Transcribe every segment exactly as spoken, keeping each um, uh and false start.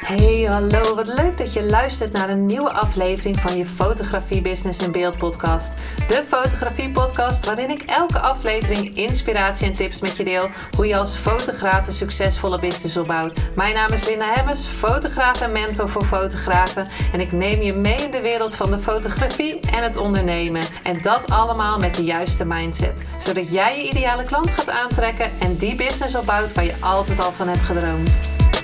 Hey, hallo, wat leuk dat je luistert naar een nieuwe aflevering van je Fotografie Business in Beeld podcast. De fotografie podcast waarin ik elke aflevering inspiratie en tips met je deel hoe je als fotograaf een succesvolle business opbouwt. Mijn naam is Linda Hemmers, fotograaf en mentor voor fotografen en ik neem je mee in de wereld van de fotografie en het ondernemen. En dat allemaal met de juiste mindset, zodat jij je ideale klant gaat aantrekken en die business opbouwt waar je altijd al van hebt gedroomd.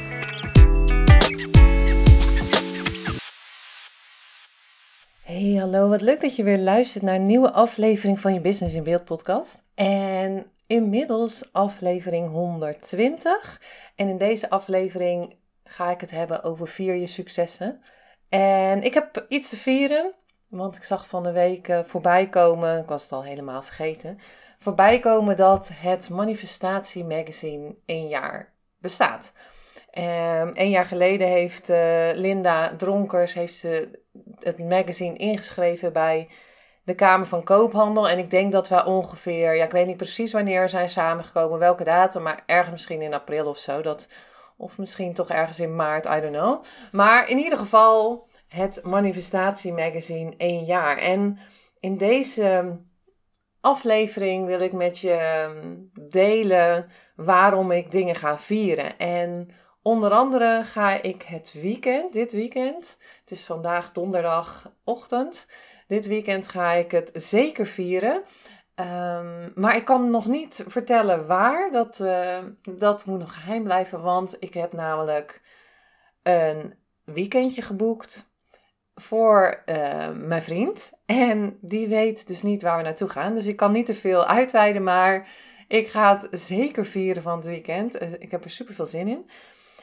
Hey, hallo, wat leuk dat je weer luistert naar een nieuwe aflevering van je Business in Beeld podcast. En inmiddels aflevering honderdtwintig. En in deze aflevering ga ik het hebben over vier je successen. En ik heb iets te vieren, want ik zag van de week uh, voorbij komen, ik was het al helemaal vergeten, voorbij komen dat het Manifestatie Magazine één jaar bestaat. Um, een jaar geleden heeft uh, Linda Dronkers heeft ze het magazine ingeschreven bij de Kamer van Koophandel. En ik denk dat we ongeveer, ja, ik weet niet precies wanneer zijn samengekomen, welke datum, maar ergens misschien in april of zo. Dat, of misschien toch ergens in maart, I don't know. Maar in ieder geval het Manifestatie Magazine één jaar. En in deze aflevering wil ik met je delen waarom ik dingen ga vieren. En onder andere ga ik het weekend, dit weekend, het is vandaag donderdagochtend, dit weekend ga ik het zeker vieren. Um, maar ik kan nog niet vertellen waar, dat, uh, dat moet nog geheim blijven, want ik heb namelijk een weekendje geboekt voor uh, mijn vriend. En die weet dus niet waar we naartoe gaan, dus ik kan niet te veel uitweiden, maar ik ga het zeker vieren van het weekend. Ik heb er super veel zin in.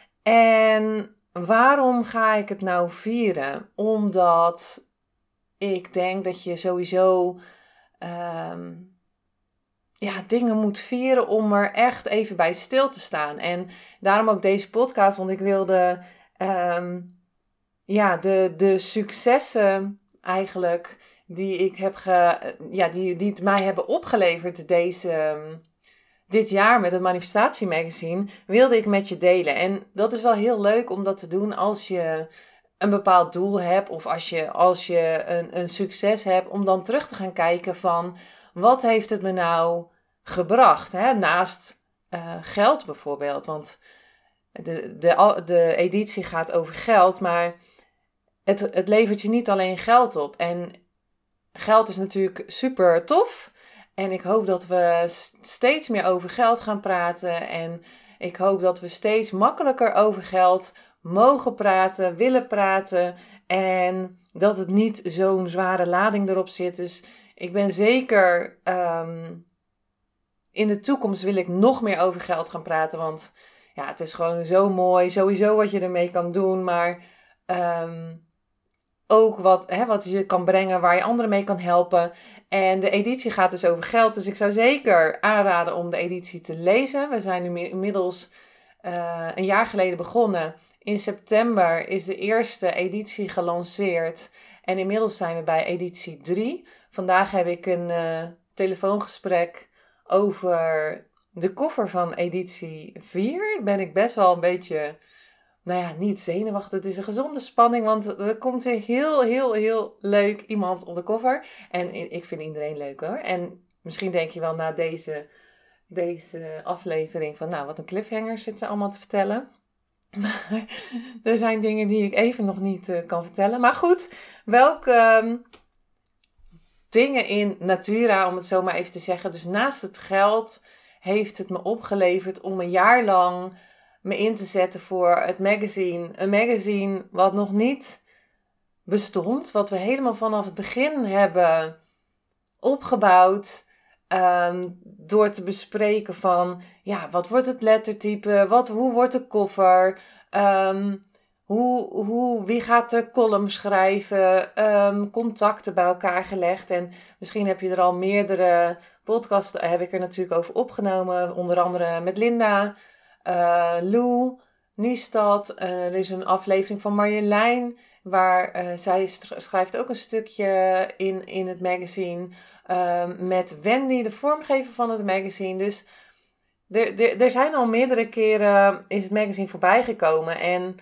En waarom ga ik het nou vieren? Omdat ik denk dat je sowieso um, ja, dingen moet vieren om er echt even bij stil te staan. En daarom ook deze podcast, want ik wilde um, ja, de, de successen eigenlijk die ik heb ge, ja, die, die het mij hebben opgeleverd deze um, dit jaar met het Manifestatie Magazine, wilde ik met je delen. En dat is wel heel leuk om dat te doen als je een bepaald doel hebt of als je, als je een, een succes hebt, om dan terug te gaan kijken van wat heeft het me nou gebracht, hè? Naast uh, geld bijvoorbeeld. Want de, de, de editie gaat over geld, maar het, het levert je niet alleen geld op. En geld is natuurlijk super tof. En ik hoop dat we steeds meer over geld gaan praten. En ik hoop dat we steeds makkelijker over geld mogen praten, willen praten. En dat het niet zo'n zware lading erop zit. Dus ik ben zeker, um, in de toekomst wil ik nog meer over geld gaan praten. Want ja, het is gewoon zo mooi. Sowieso wat je ermee kan doen. Maar um, ook wat, hè, wat je kan brengen, waar je anderen mee kan helpen. En de editie gaat dus over geld. Dus ik zou zeker aanraden om de editie te lezen. We zijn nu inmiddels uh, een jaar geleden begonnen. In september is de eerste editie gelanceerd. En inmiddels zijn we bij editie drie. Vandaag heb ik een uh, telefoongesprek over de koffer van editie vier. Daar ben ik best wel een beetje, nou ja, niet zenuwachtig. Het is een gezonde spanning, want er komt weer heel, heel, heel leuk iemand op de cover. En ik vind iedereen leuk hoor. En misschien denk je wel na deze, deze aflevering van, nou, wat een cliffhanger zit ze allemaal te vertellen. Maar er zijn dingen die ik even nog niet uh, kan vertellen. Maar goed, welke um, dingen in Natura, om het zo maar even te zeggen. Dus naast het geld heeft het me opgeleverd om een jaar lang me in te zetten voor het magazine. Een magazine wat nog niet bestond. Wat we helemaal vanaf het begin hebben opgebouwd. Um, door te bespreken van, ja, wat wordt het lettertype? Wat, hoe wordt de cover? Um, hoe, hoe, wie gaat de column schrijven? Um, contacten bij elkaar gelegd. En misschien heb je er al meerdere podcasts, heb ik er natuurlijk over opgenomen. Onder andere met Linda, uh, Lou, Niestad. Uh, er is een aflevering van Marjolein, waar uh, zij schrijft ook een stukje in, in het magazine. Uh, met Wendy, de vormgever van het magazine. Dus er, er, er zijn al meerdere keren is het magazine voorbij gekomen. En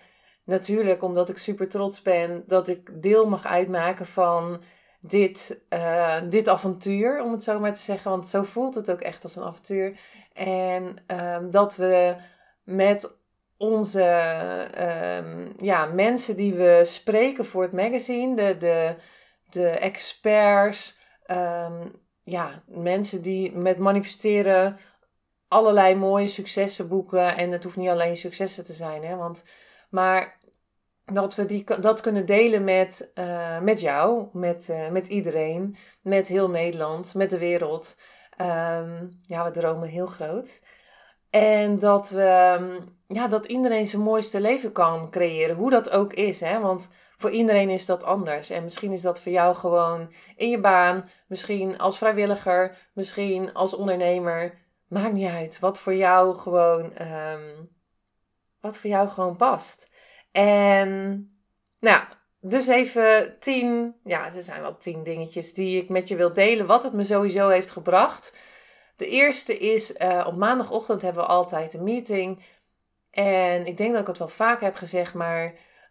natuurlijk omdat ik super trots ben dat ik deel mag uitmaken van dit, uh, dit avontuur, om het zo maar te zeggen. Want zo voelt het ook echt als een avontuur. En uh, dat we met onze um, ja, mensen die we spreken voor het magazine, de, de, de experts, um, ja, mensen die met manifesteren allerlei mooie successen boeken. En het hoeft niet alleen successen te zijn, hè, want, maar dat we die, dat kunnen delen met, uh, met jou, met, uh, met iedereen, met heel Nederland, met de wereld. Um, ja, we dromen heel groot. En dat, we, ja, dat iedereen zijn mooiste leven kan creëren, hoe dat ook is. Hè? Want voor iedereen is dat anders. En misschien is dat voor jou gewoon in je baan, misschien als vrijwilliger, misschien als ondernemer. Maakt niet uit wat voor jou gewoon, um, wat voor jou gewoon past. En nou, dus even tien, ja, er zijn wel tien dingetjes die ik met je wil delen, wat het me sowieso heeft gebracht. De eerste is, uh, op maandagochtend hebben we altijd een meeting. En ik denk dat ik het wel vaak heb gezegd, maar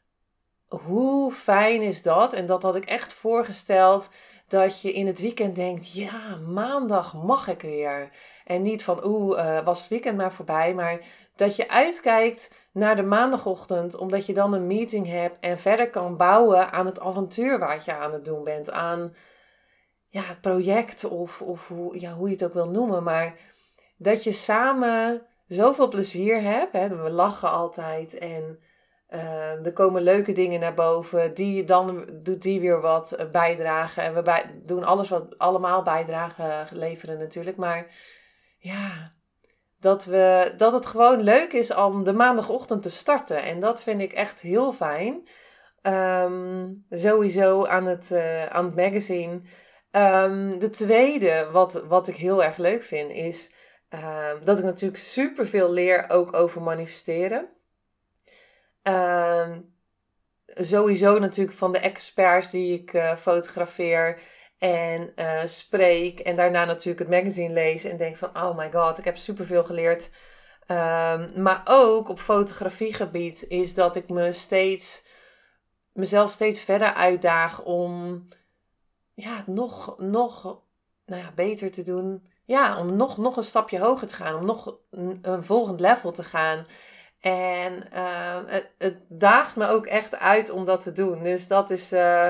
hoe fijn is dat? En dat had ik echt voorgesteld, dat je in het weekend denkt, ja, maandag mag ik weer. En niet van, oeh, uh, was het weekend maar voorbij, maar dat je uitkijkt naar de maandagochtend, omdat je dan een meeting hebt en verder kan bouwen aan het avontuur wat je aan het doen bent, aan ja, het project of, of hoe, ja, hoe je het ook wil noemen, maar dat je samen zoveel plezier hebt. Hè? We lachen altijd en uh, er komen leuke dingen naar boven. Die, dan doet die weer wat bijdragen. En we bij, doen alles wat allemaal bijdragen leveren natuurlijk. Maar ja, dat, we, dat het gewoon leuk is om de maandagochtend te starten. En dat vind ik echt heel fijn. Um, sowieso aan het, uh, aan het magazine. Um, de tweede, wat, wat ik heel erg leuk vind, is uh, dat ik natuurlijk superveel leer ook over manifesteren. Um, sowieso natuurlijk van de experts die ik uh, fotografeer en uh, spreek. En daarna natuurlijk het magazine lees en denk van, oh my god, ik heb superveel geleerd. Um, maar ook op fotografiegebied is dat ik me steeds, mezelf steeds verder uitdaag om ja, het nog, nog nou ja, beter te doen. Ja, om nog, nog een stapje hoger te gaan. Om nog een, een volgend level te gaan. En uh, het, het daagt me ook echt uit om dat te doen. Dus dat is, uh,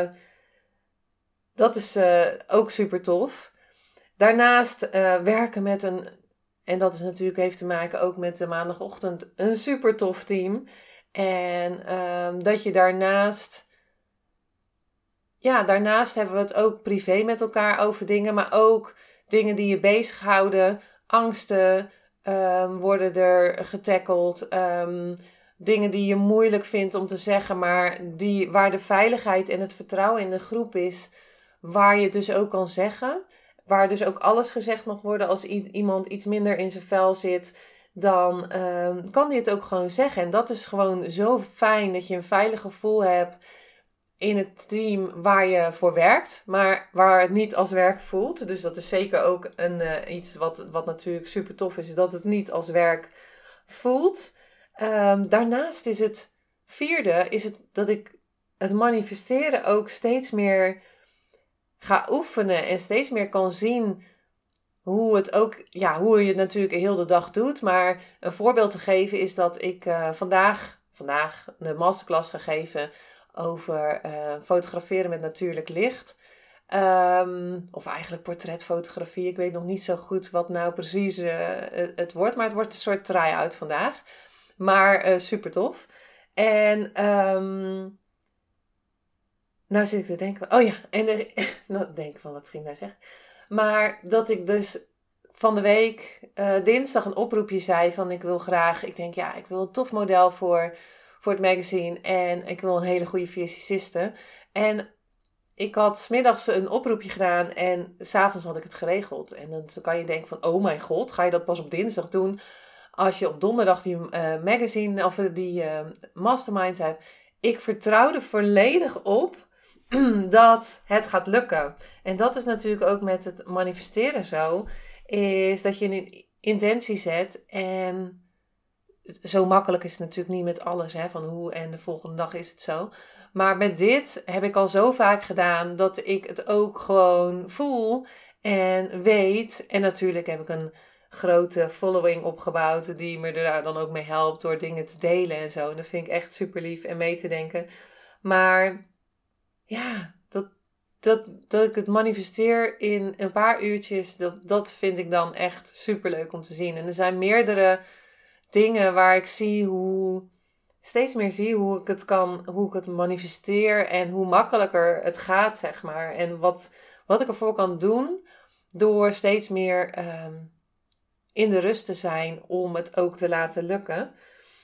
dat is uh, ook super tof. Daarnaast uh, werken met een, en dat is natuurlijk heeft te maken ook met de maandagochtend, een super tof team. En uh, dat je daarnaast... Ja, daarnaast hebben we het ook privé met elkaar over dingen, maar ook dingen die je bezighouden. Angsten um, worden er getackeld. Um, dingen die je moeilijk vindt om te zeggen, maar die, waar de veiligheid en het vertrouwen in de groep is, waar je het dus ook kan zeggen. Waar dus ook alles gezegd mag worden als i- iemand iets minder in zijn vel zit, dan um, kan die het ook gewoon zeggen. En dat is gewoon zo fijn dat je een veilig gevoel hebt in het team waar je voor werkt, maar waar het niet als werk voelt. Dus dat is zeker ook een, uh, iets wat, wat natuurlijk super tof is, dat het niet als werk voelt. Um, daarnaast is het vierde, is het dat ik het manifesteren ook steeds meer ga oefenen en steeds meer kan zien hoe het ook, ja, hoe je het natuurlijk heel de dag doet. Maar een voorbeeld te geven is dat ik uh, vandaag, vandaag een masterclass ga geven over uh, fotograferen met natuurlijk licht. Um, of eigenlijk portretfotografie. Ik weet nog niet zo goed wat nou precies uh, het wordt. Maar het wordt een soort try-out vandaag. Maar uh, super tof. En um, nou zit ik te denken. Oh ja, en er, nou denk ik van wat ging ik nou zeggen. Maar dat ik dus van de week uh, dinsdag een oproepje zei van ik wil graag. Ik denk ja, ik wil een tof model voor... voor het magazine en ik wil een hele goede fysiciste. En ik had 's middags een oproepje gedaan en 's avonds had ik het geregeld. En dan kan je denken van, oh mijn god, ga je dat pas op dinsdag doen? Als je op donderdag die uh, magazine of die uh, mastermind hebt. Ik vertrouw er volledig op dat het gaat lukken. En dat is natuurlijk ook met het manifesteren zo. Is dat je een intentie zet en zo makkelijk is het natuurlijk niet met alles, hè, van hoe en de volgende dag is het zo. Maar met dit heb ik al zo vaak gedaan dat ik het ook gewoon voel en weet. En natuurlijk heb ik een grote following opgebouwd die me daar dan ook mee helpt door dingen te delen en zo. En dat vind ik echt super lief en mee te denken. Maar ja, dat, dat, dat ik het manifesteer in een paar uurtjes, dat, dat vind ik dan echt super leuk om te zien. En er zijn meerdere dingen waar ik zie hoe, steeds meer zie hoe ik het kan, hoe ik het manifesteer en hoe makkelijker het gaat, zeg maar. En wat, wat ik ervoor kan doen door steeds meer um, in de rust te zijn om het ook te laten lukken.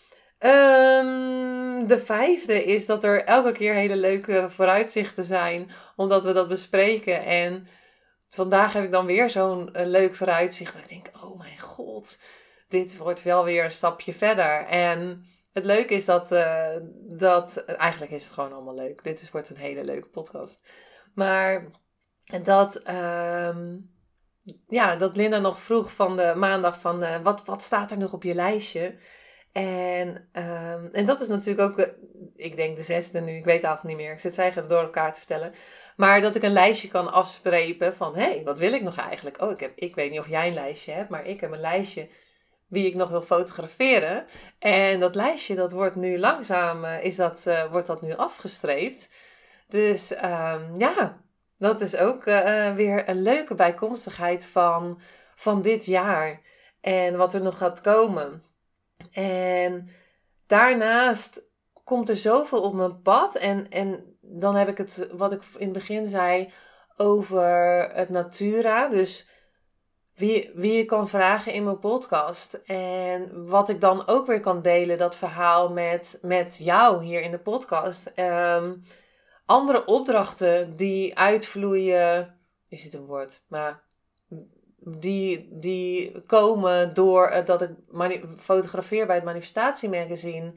Um, de vijfde is dat er elke keer hele leuke vooruitzichten zijn, omdat we dat bespreken. En vandaag heb ik dan weer zo'n uh, leuk vooruitzicht. Dat ik denk, oh mijn god, dit wordt wel weer een stapje verder. En het leuke is dat, uh, dat eigenlijk is het gewoon allemaal leuk. Dit is, wordt een hele leuke podcast. Maar dat, um, ja, dat Linda nog vroeg van de maandag van, uh, wat, wat staat er nog op je lijstje? En, um, en dat is natuurlijk ook, uh, ik denk de zesde nu, ik weet het eigenlijk niet meer. Ik zit ze eigenlijk door elkaar te vertellen. Maar dat ik een lijstje kan afspreken van, hé, hey, wat wil ik nog eigenlijk? Oh, ik, heb, ik weet niet of jij een lijstje hebt, maar ik heb een lijstje wie ik nog wil fotograferen. En dat lijstje, dat wordt nu langzaam, uh, is dat, uh, wordt dat nu afgestreept. Dus um, ja, dat is ook uh, weer een leuke bijkomstigheid van, van dit jaar. En wat er nog gaat komen. En daarnaast komt er zoveel op mijn pad. En, en dan heb ik het, wat ik in het begin zei, over het Natura. Dus wie, wie je kan vragen in mijn podcast. En wat ik dan ook weer kan delen, dat verhaal met, met jou hier in de podcast. Um, andere opdrachten die uitvloeien, is het een woord, maar die, die komen door dat ik mani- fotografeer bij het Manifestatiemagazine.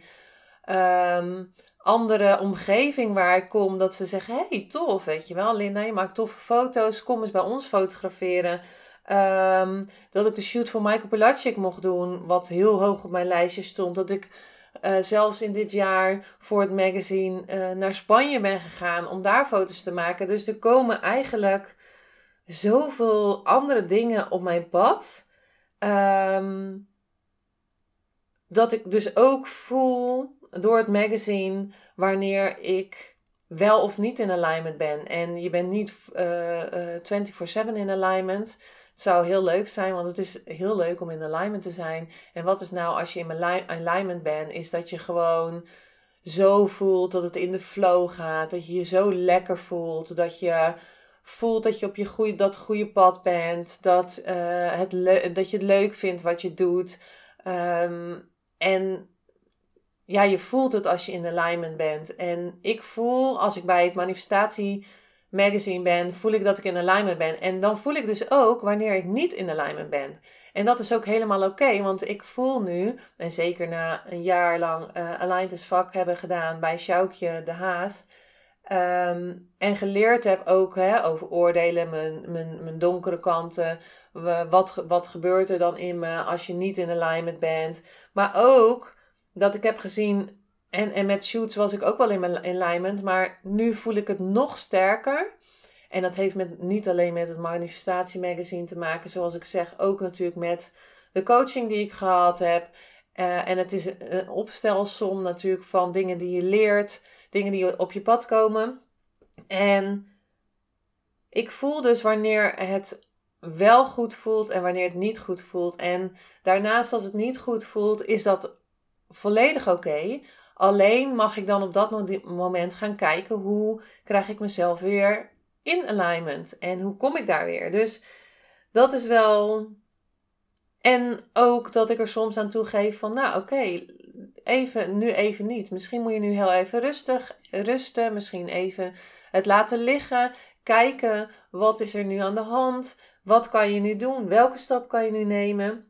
Um, andere omgeving waar ik kom, dat ze zeggen, hey, tof, weet je wel, Linda, je maakt toffe foto's, kom eens bij ons fotograferen. Um, dat ik de shoot voor Michael Pilarczyk mocht doen, wat heel hoog op mijn lijstje stond. Dat ik uh, zelfs in dit jaar voor het magazine uh, naar Spanje ben gegaan om daar foto's te maken. Dus er komen eigenlijk zoveel andere dingen op mijn pad. Um, dat ik dus ook voel door het magazine wanneer ik wel of niet in alignment ben. En je bent niet uh, uh, vierentwintig zeven in alignment. Het zou heel leuk zijn, want het is heel leuk om in alignment te zijn. En wat is nou als je in alignment bent, is dat je gewoon zo voelt dat het in de flow gaat. Dat je je zo lekker voelt. Dat je voelt dat je op je goede, dat goede pad bent. Dat, uh, het le- dat je het leuk vindt wat je doet. Um, en ja, je voelt het als je in alignment bent. En ik voel, als ik bij het Manifestatie Magazine ben, voel ik dat ik in alignment ben. En dan voel ik dus ook wanneer ik niet in alignment ben. En dat is ook helemaal oké, okay, want ik voel nu, en zeker na een jaar lang uh, Aligned as Fuck hebben gedaan bij Sjoukje de Haas, um, en geleerd heb ook hè, over oordelen, mijn, mijn, mijn donkere kanten, wat, wat gebeurt er dan in me als je niet in alignment bent. Maar ook dat ik heb gezien, en, en met shoots was ik ook wel in mijn alignment, maar nu voel ik het nog sterker. En dat heeft met, niet alleen met het Manifestatie Magazine te maken, zoals ik zeg, ook natuurlijk met de coaching die ik gehad heb. Uh, en het is een opstelsom natuurlijk van dingen die je leert, dingen die op je pad komen. En ik voel dus wanneer het wel goed voelt en wanneer het niet goed voelt. En daarnaast, als het niet goed voelt, is dat volledig oké. Okay. Alleen mag ik dan op dat moment gaan kijken, hoe krijg ik mezelf weer in alignment? En hoe kom ik daar weer? Dus dat is wel. En ook dat ik er soms aan toegeef van, nou oké, okay, even, nu even niet. Misschien moet je nu heel even rustig rusten. Misschien even het laten liggen. Kijken, wat is er nu aan de hand? Wat kan je nu doen? Welke stap kan je nu nemen?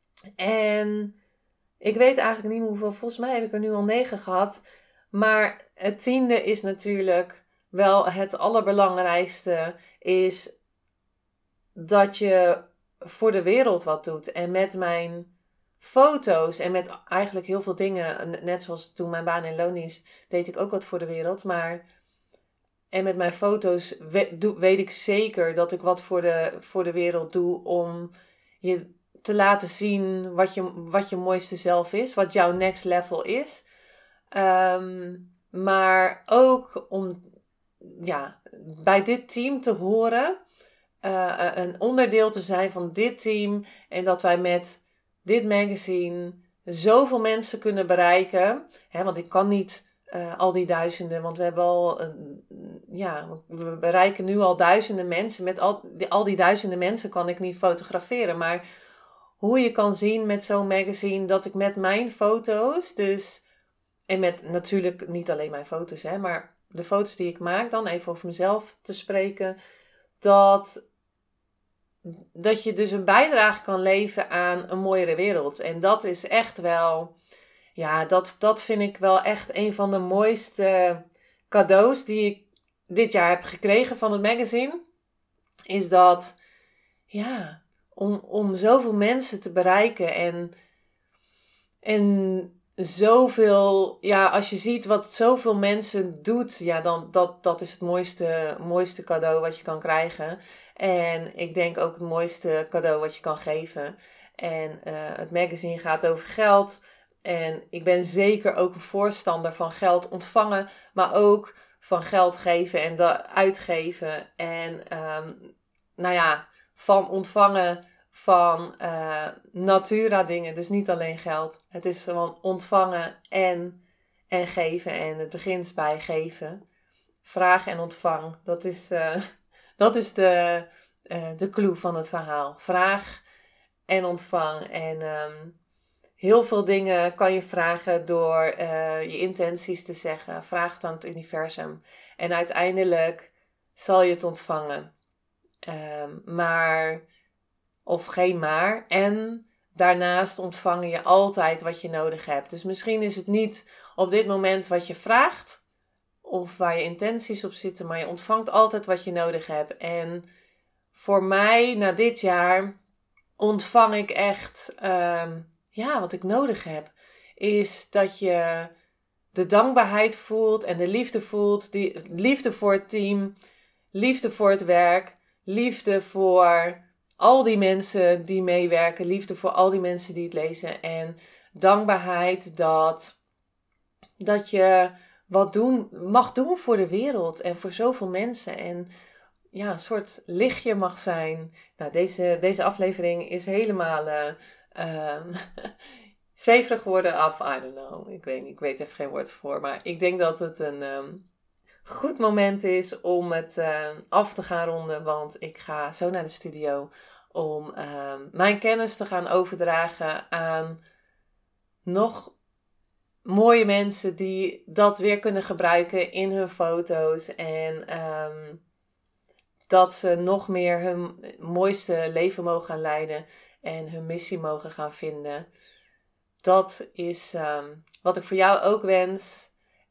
En ik weet eigenlijk niet meer hoeveel. Volgens mij heb ik er nu al negen gehad. Maar het tiende is natuurlijk wel het allerbelangrijkste. Is dat je voor de wereld wat doet. En met mijn foto's en met eigenlijk heel veel dingen, net zoals toen mijn baan in loondienst, deed ik ook wat voor de wereld. Maar, en met mijn foto's we, doe, weet ik zeker dat ik wat voor de, voor de wereld doe om je te laten zien wat je, wat je mooiste zelf is, wat jouw next level is. Um, maar ook om ja, bij dit team te horen, uh, een onderdeel te zijn van dit team en dat wij met dit magazine zoveel mensen kunnen bereiken. Hè, want ik kan niet uh, al die duizenden, want we hebben al, uh, ja, we bereiken nu al duizenden mensen. Met al die, al die duizenden mensen kan ik niet fotograferen, maar hoe je kan zien met zo'n magazine dat ik met mijn foto's, dus, en met natuurlijk niet alleen mijn foto's, hè, maar de foto's die ik maak, dan even over mezelf te spreken, dat, dat je dus een bijdrage kan leveren aan een mooiere wereld. En dat is echt wel, ja, dat, dat vind ik wel echt een van de mooiste cadeaus die ik dit jaar heb gekregen van het magazine. Is dat, ja, om, om zoveel mensen te bereiken en, en zoveel, ja, als je ziet wat zoveel mensen doet, ja, dan dat, dat is het mooiste, mooiste cadeau wat je kan krijgen. En ik denk ook het mooiste cadeau wat je kan geven. En uh, het magazine gaat over geld. En ik ben zeker ook een voorstander van geld ontvangen, maar ook van geld geven en da- uitgeven. En um, nou ja, van ontvangen van uh, natura dingen. Dus niet alleen geld. Het is gewoon ontvangen en, en geven. En het begint bij geven. Vraag en ontvang. Dat is, uh, dat is de, uh, de clue van het verhaal. Vraag en ontvang. En um, heel veel dingen kan je vragen door uh, je intenties te zeggen. Vraag het aan het universum. En uiteindelijk zal je het ontvangen. Um, maar... Of geen maar. En daarnaast ontvang je altijd wat je nodig hebt. Dus misschien is het niet op dit moment wat je vraagt. Of waar je intenties op zitten. Maar je ontvangt altijd wat je nodig hebt. En voor mij, na dit jaar, ontvang ik echt um, ja, wat ik nodig heb. Is dat je de dankbaarheid voelt en de liefde voelt. Die, liefde voor het team. Liefde voor het werk. Liefde voor al die mensen die meewerken, liefde voor al die mensen die het lezen en dankbaarheid dat, dat je wat doen, mag doen voor de wereld en voor zoveel mensen en ja, een soort lichtje mag zijn. Nou, deze, deze aflevering is helemaal uh, uh, zweverig geworden af, I don't know, ik weet niet, ik weet even geen woord voor, maar ik denk dat het een um, goed moment is om het uh, af te gaan ronden, want ik ga zo naar de studio om uh, mijn kennis te gaan overdragen aan nog mooie mensen die dat weer kunnen gebruiken in hun foto's. En um, dat ze nog meer hun mooiste leven mogen gaan leiden en hun missie mogen gaan vinden. Dat is um, wat ik voor jou ook wens.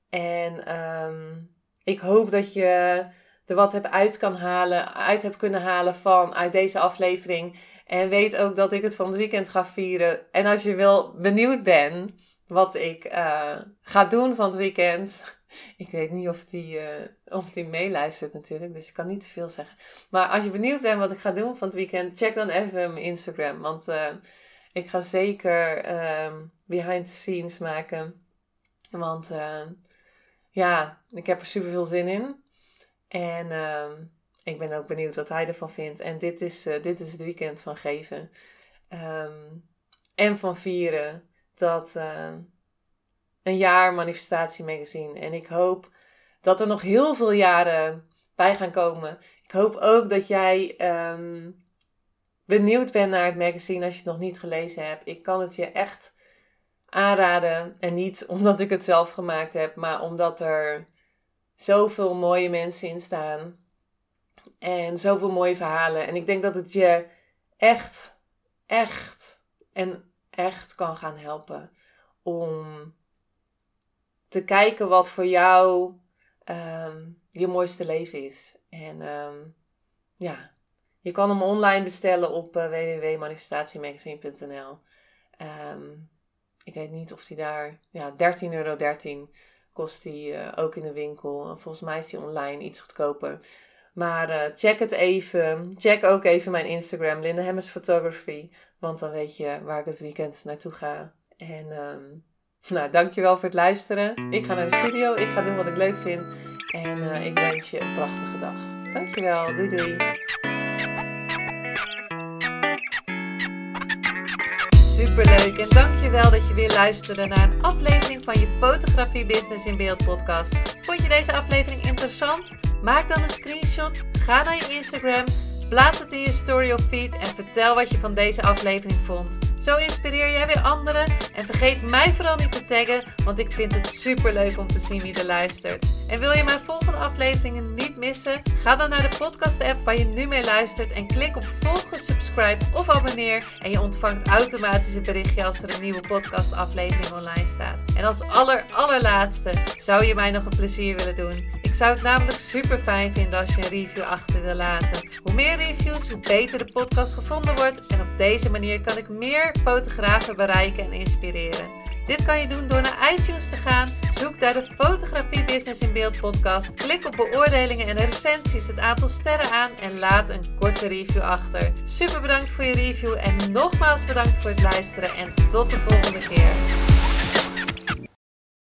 En um, ik hoop dat je er wat heb uit kan halen, uit heb kunnen halen van uit deze aflevering. En weet ook dat ik het van het weekend ga vieren. En als je wel benieuwd bent wat ik uh, ga doen van het weekend. Ik weet niet of die, uh, of die meeluistert natuurlijk, dus ik kan niet te veel zeggen. Maar als je benieuwd bent wat ik ga doen van het weekend, check dan even mijn Instagram. Want uh, ik ga zeker uh, behind the scenes maken. Want uh, ja, ik heb er super veel zin in. En uh, ik ben ook benieuwd wat hij ervan vindt. En dit is, uh, dit is het weekend van geven. Um, en van vieren. Dat uh, een jaar Manifestatie Magazine. En ik hoop dat er nog heel veel jaren bij gaan komen. Ik hoop ook dat jij um, benieuwd bent naar het magazine als je het nog niet gelezen hebt. Ik kan het je echt aanraden. En niet omdat ik het zelf gemaakt heb, maar omdat er zoveel mooie mensen in staan. En zoveel mooie verhalen. En ik denk dat het je echt, echt en echt kan gaan helpen. Om te kijken wat voor jou um, je mooiste leven is. En um, ja, je kan hem online bestellen op uh, w w w punt manifestatiemagazine punt n l. Um, ik weet niet of die daar... Ja, dertien euro dertien kost die uh, ook in de winkel. En volgens mij is die online iets goedkoper. Maar uh, check het even. Check ook even mijn Instagram, Linda Hemmers Photography. Want dan weet je waar ik het weekend naartoe ga. En um, nou, dankjewel voor het luisteren. Ik ga naar de studio. Ik ga doen wat ik leuk vind. En uh, ik wens je een prachtige dag. Dankjewel. Doei doei. Superleuk en dankjewel dat je weer luisterde naar een aflevering van je Fotografie Business in Beeld podcast. Vond je deze aflevering interessant? Maak dan een screenshot, ga naar je Instagram, plaats het in je story of feed en vertel wat je van deze aflevering vond. Zo inspireer jij weer anderen en vergeet mij vooral niet te taggen, want ik vind het superleuk om te zien wie er luistert. En wil je mijn volgende afleveringen niet missen? Ga dan naar de podcast app waar je nu mee luistert en klik op volgen, subscribe of abonneer en je ontvangt automatisch een berichtje als er een nieuwe podcast aflevering online staat. En als aller allerlaatste zou je mij nog een plezier willen doen. Ik zou het namelijk super fijn vinden als je een review achter wil laten. Hoe meer reviews, hoe beter de podcast gevonden wordt en op deze manier kan ik meer fotografen bereiken en inspireren. Dit kan je doen door naar iTunes te gaan, zoek daar de Fotografie Business in Beeld podcast, klik op beoordelingen en recensies, het aantal sterren aan en laat een korte review achter. Super bedankt voor je review en nogmaals bedankt voor het luisteren en tot de volgende keer.